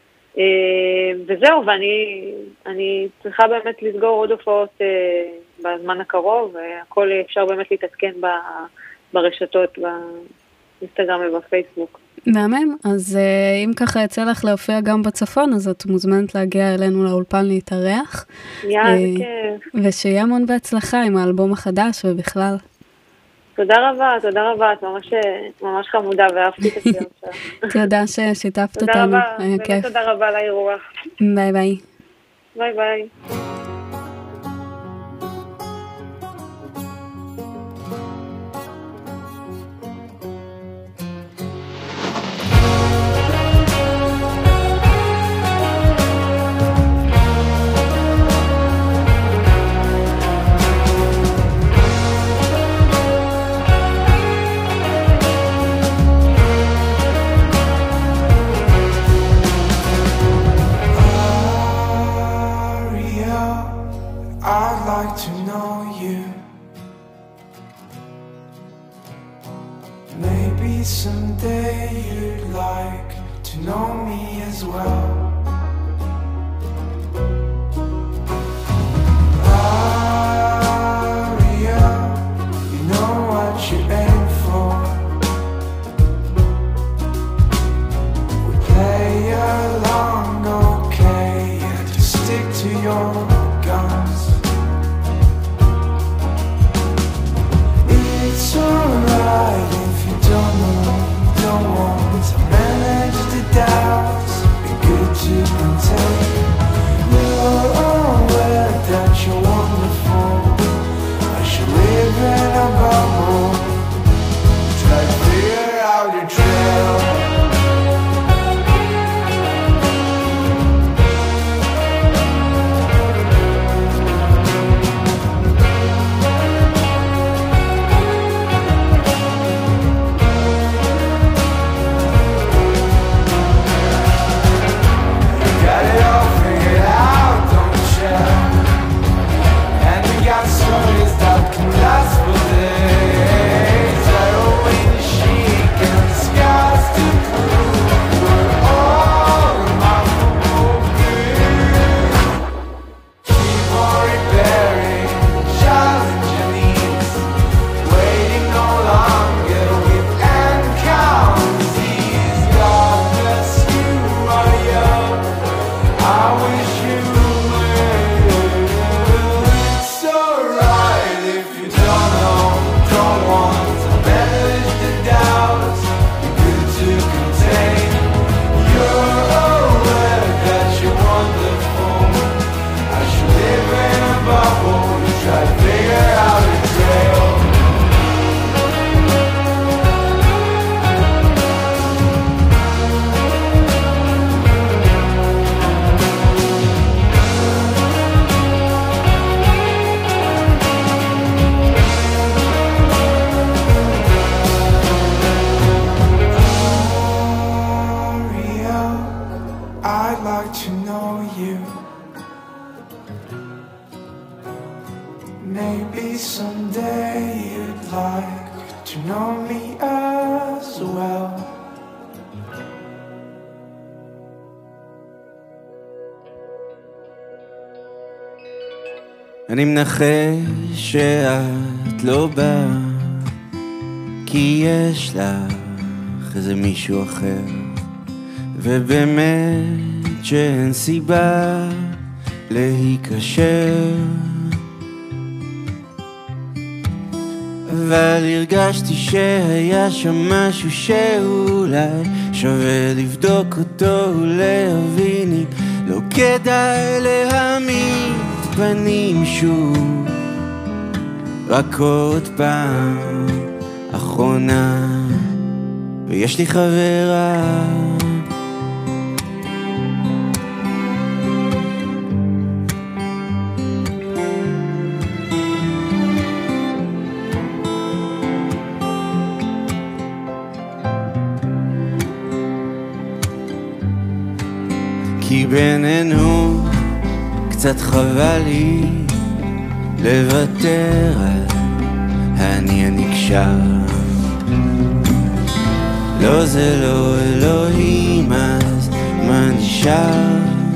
וזהו, ואני צריכה באמת לסגור עוד הופעות בזמן הקרוב, והכל אפשר באמת להתעדכן ברשתות, באינסטגרם ובפייסבוק. מהמם, אז אם ככה יצא לך להופיע גם בצפון, אז את מוזמנת להגיע אלינו לאולפן להתארח. יאללה, זה כיף. ושיהיה המון בהצלחה עם האלבום החדש ובכלל. תודה רבה, את ממש חמודה ואהבתי את הציון שלך. תודה ששיתפת אותנו. תודה רבה, באמת תודה רבה על האירוח. ביי ביי. ביי ביי. Someday you'd like to know me as well. Aria, you know what you aim for. We play along, okay, just stick to your guns. It's alright if you don't know. Don't want to manage the doubts. Be good to contain. You're aware that you're wonderful. I should live in a bubble. Try to figure out your trail. Maybe someday you'd like to know me as well. אני מנחש שאת לא באה, כי יש לך איזה מישהו אחר, ובאמת שאין סיבה להיקשר, אבל הרגשתי שהיה שם משהו שאולי שווה לבדוק אותו ולהבין אם לא כדאי להעמיד פנים שוב, רק עוד פעם אחרונה. ויש לי חברה כי בינינו קצת חבל לי לוותר על אני הנקשר. לא זה לא אלוהים, אז מה נשאר?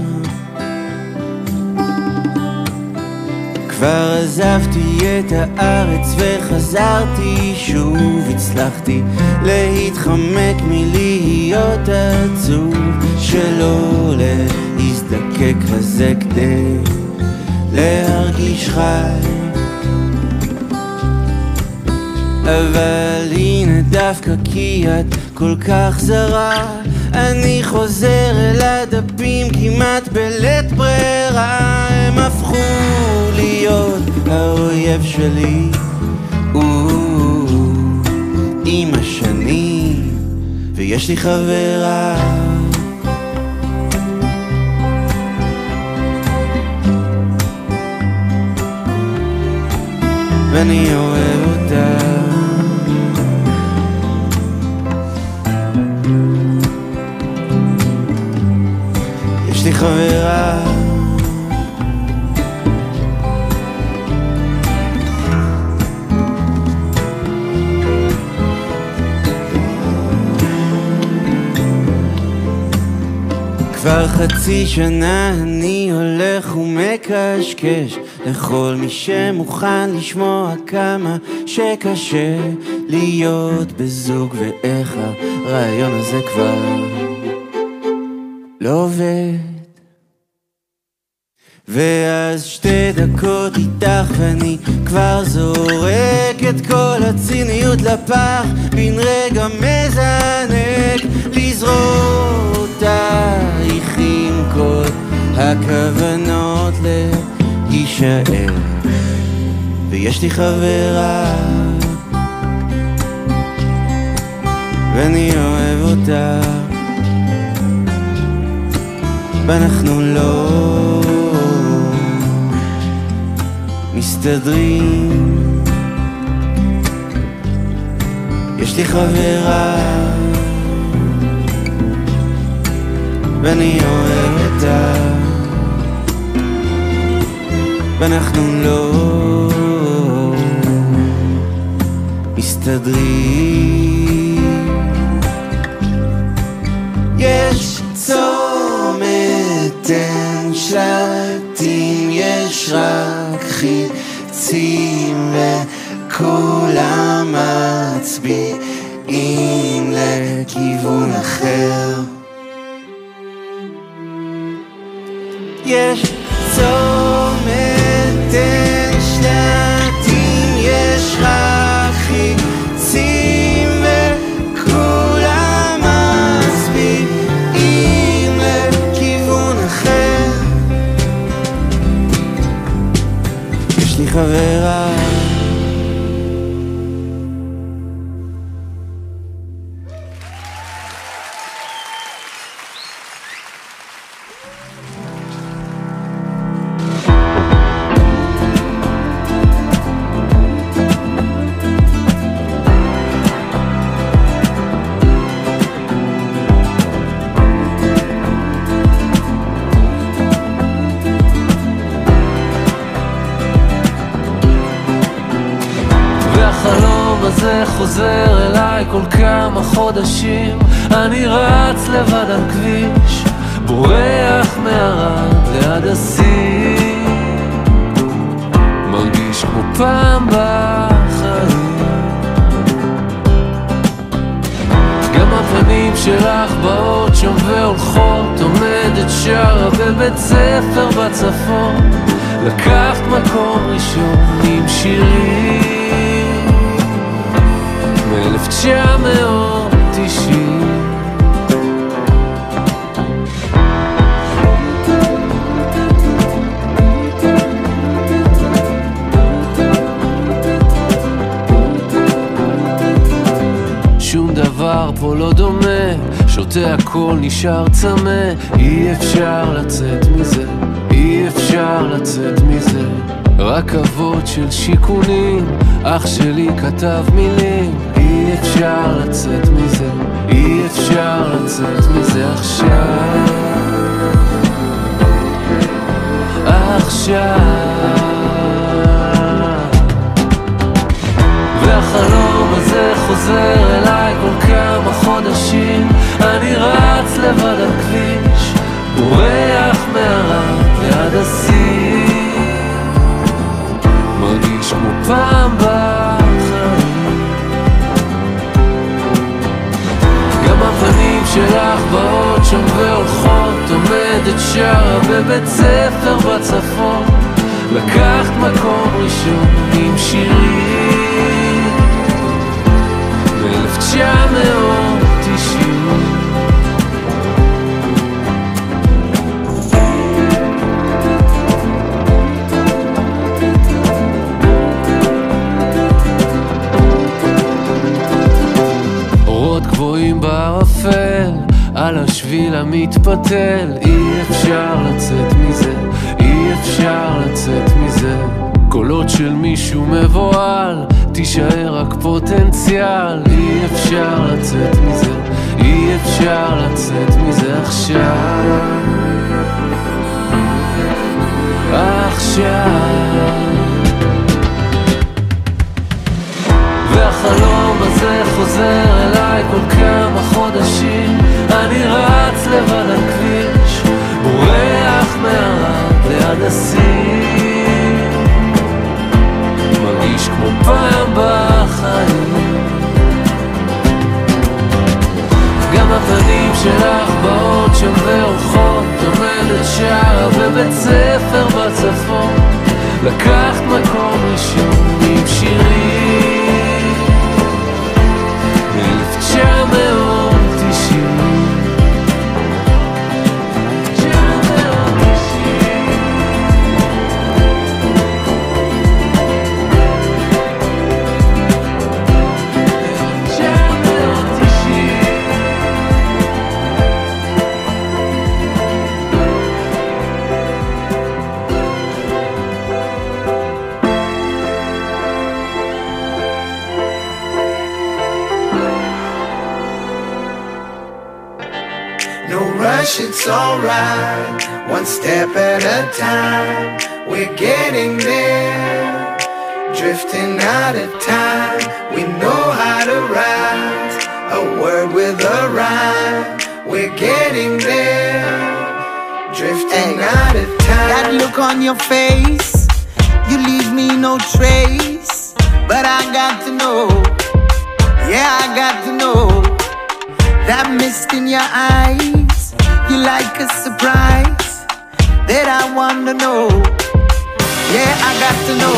כבר עזבתי את הארץ וחזרתי שוב, הצלחתי להתחמק מלהיות עצוב, שלא להזדקק לזה כדי להרגיש חי. אבל הנה דווקא כי את כל כך זרה, אני חוזר אל הדפים כמעט בלית ברירה. הם הפכו להיות האויב שלי עם השנים, ויש לי חברה ואני אוהב אותה. יש לי חברה כבר חצי שנה אני הולך ומקשקש לכל מי שמוכן לשמוע כמה שקשה להיות בזוג, ואיך הרעיון הזה כבר לא עובד. ואז 2 דקות איתך ואני כבר זורק את כל הציניות לפח, בן רגע מזנק לזרוק אותך עם כל הכוונות להישאר. ויש לי חברה ואני אוהב אותה, ואנחנו לא מסתדרים. יש לי חברה ואני אוהב אותה, ואנחנו לא מסתדרים. יש צומת, אין שלטים, יש רק חיצים וכולם מצביעים לכיוון אחר. יש צומת, אין שלטים, יש רק חיצים וכולם מצביעים לכיוון אחר. יש לי חברה חוזר אליי כל כמה חודשים, אני רץ לבד על כביש, בורח מהרעד ליד הסיר. פעם בחיים. גם הפנים שלך באות שם והולכות, עומדת שרה בבית ספר בצפון, לקחת מקום ראשון עם שירים מ-1990. שום דבר פה לא דומה, שותה הכל נשאר צמא, אי אפשר לצאת מזה, אי אפשר לצאת מזה. רק אבות של שיקונים, אח שלי כתב מילים, אי אפשר לצאת מזה, אי אפשר לצאת מזה עכשיו, עכשיו. והחלום הזה חוזר אליי כל כמה חודשים, אני רץ לבד על כביש, בורח מהרב ועד השיא, מרגיש כמו פעם בחיים. גם הפנים שלך באות שם והולכות, עומדת שרה בבית ספר בצפון, לקחת מקום ראשון עם שירים ב-1990. אורות גבוהים בערפל, על השביל המתפתל, אי אפשר לצאת מזה, אי אפשר לצאת מזה. קולות של מישהו מבועל, תישאר רק פוטנציאל, אי אפשר לצאת מזה, אי אפשר לצאת מזה עכשיו, עכשיו. והחלום הזה חוזר אליי כל כמה חודשים, אני רץ לבד על כביש, בורח מהרב ליד השיא, מרגיש כמו פעם בחיים. גם הפנים שלך באות שם והולכות, עומדת שרה בבית ספר בצפון, לקחת מקום ראשון עם שירים מ-1990. It's alright, one step at a time, we're getting there, drifting out of time, we know how to write a word with a rhyme, we're getting there, drifting out of time. That look on your face, you leave me no trace, but I got to know, yeah I got to know, that mist in your eyes, you like a surprise that I wanna know. Yeah, I got to know.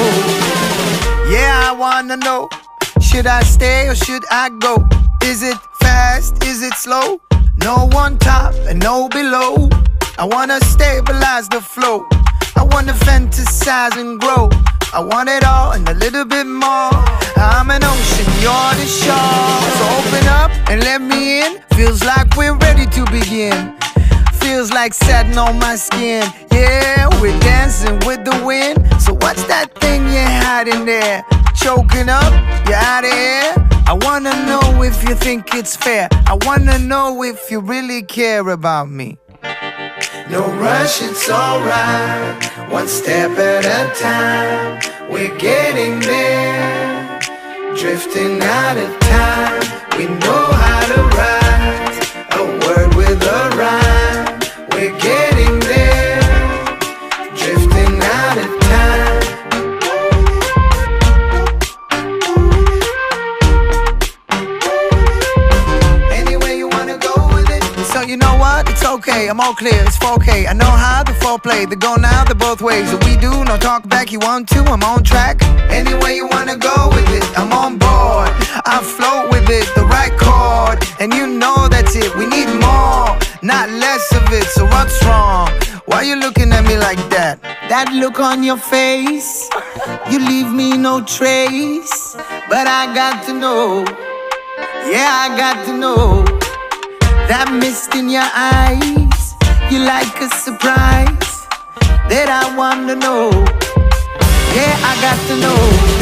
Yeah, I wanna know. Should I stay or should I go? Is it fast? Is it slow? No on top and no below. I wanna stabilize the flow. I wanna fantasize and grow. I want it all and a little bit more. I'm an ocean, you're the shore. So open up and let me in. Feels like we're ready to begin. Feels like satin on my skin. Yeah, we're dancing with the wind. So what's that thing you're hiding there? Choking up, you're out of here. I wanna know if you think it's fair. I wanna know if you really care about me. No rush, it's alright, one step at a time, we're getting there, drifting out of time, we know how to write a word with a rhyme, we're getting there, drifting out of time. I'm all clear, it's 4K. I know how the foreplay, the go now, the both ways. If we do, no talk back, you want to, I'm on track. Any way you wanna go with it, I'm on board. I float with it, the right chord. And you know that's it, we need more, not less of it, so what's wrong? Why you looking at me like that? That look on your face, you leave me no trace. But I got to know, yeah, I got to know. That mist in your eyes, you like a surprise that I wanna know. Yeah, I got to know.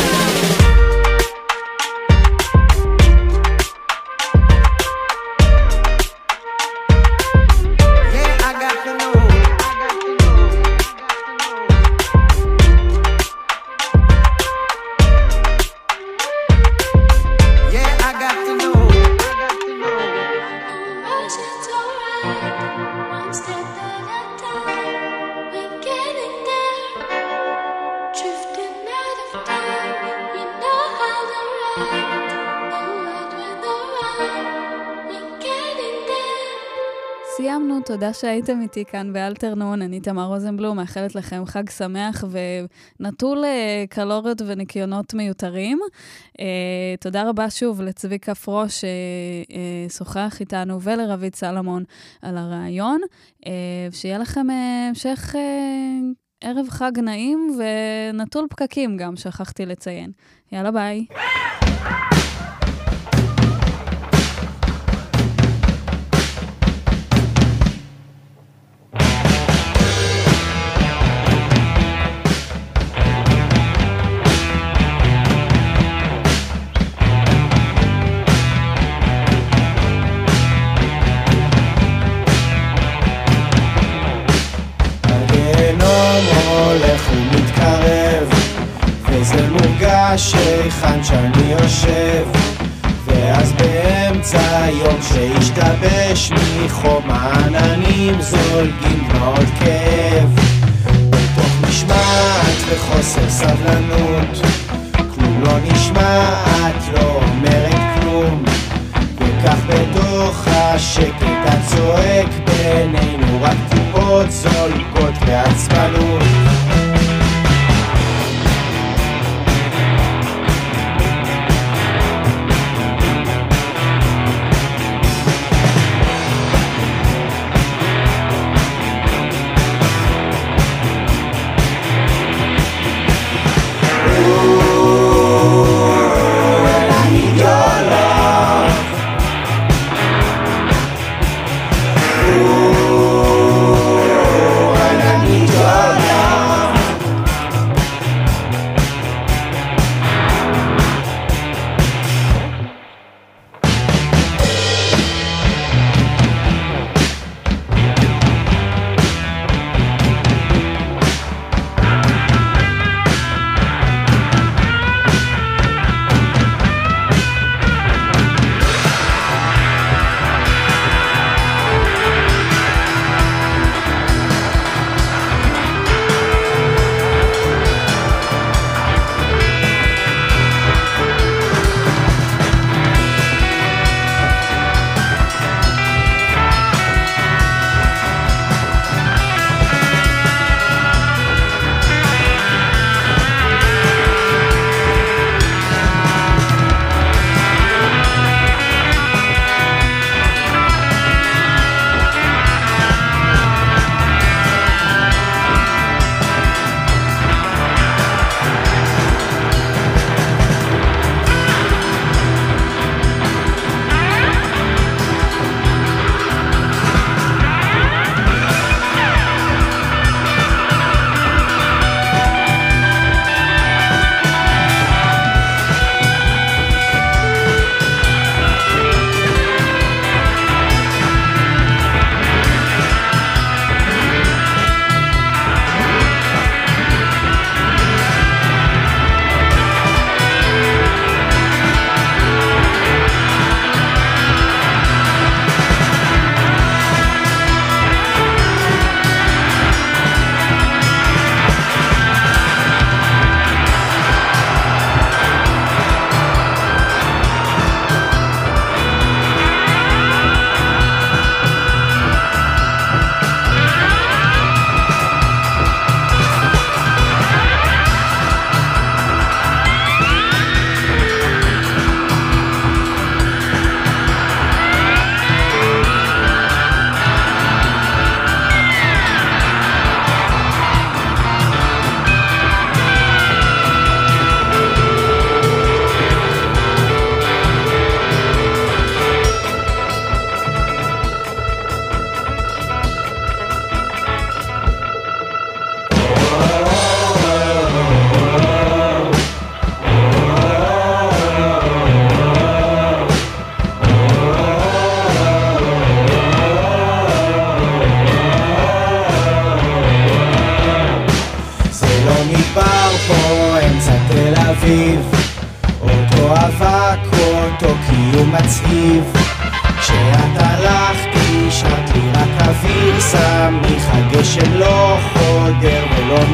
סיימנו, תודה שהייתם איתי כאן באלתרנון, אני תמר רוזנבלום, מאחלת לכם חג שמח ונטול קלוריות וניקיונות מיותרים. תודה רבה שוב לצביקה פרוש ששוחח איתנו ולרבית סלמון על הרעיון. שיהיה לכם המשך ערב חג נעים ונטול פקקים גם, שכחתי לציין. יאללה ביי. הולך ומתקרב, וזה מורגש היכן שאני יושב, ואז באמצע היום שהשתבש מחום העננים זולגים דמעות כאב, בתוך משמעת וחוסר סבלנות, כלום לא נשמע, את לא אומרת כלום, וכך בתוך השקט הצועק בינינו רק טיפות זולגות בעצמנות. I need your love. מדבר פה אמצע תל אביב, אותו אבק, אותו קיום מצהיב. כשאת הלכתי שרת לי רק אוויר סמיך, הגשם לא חודר ולא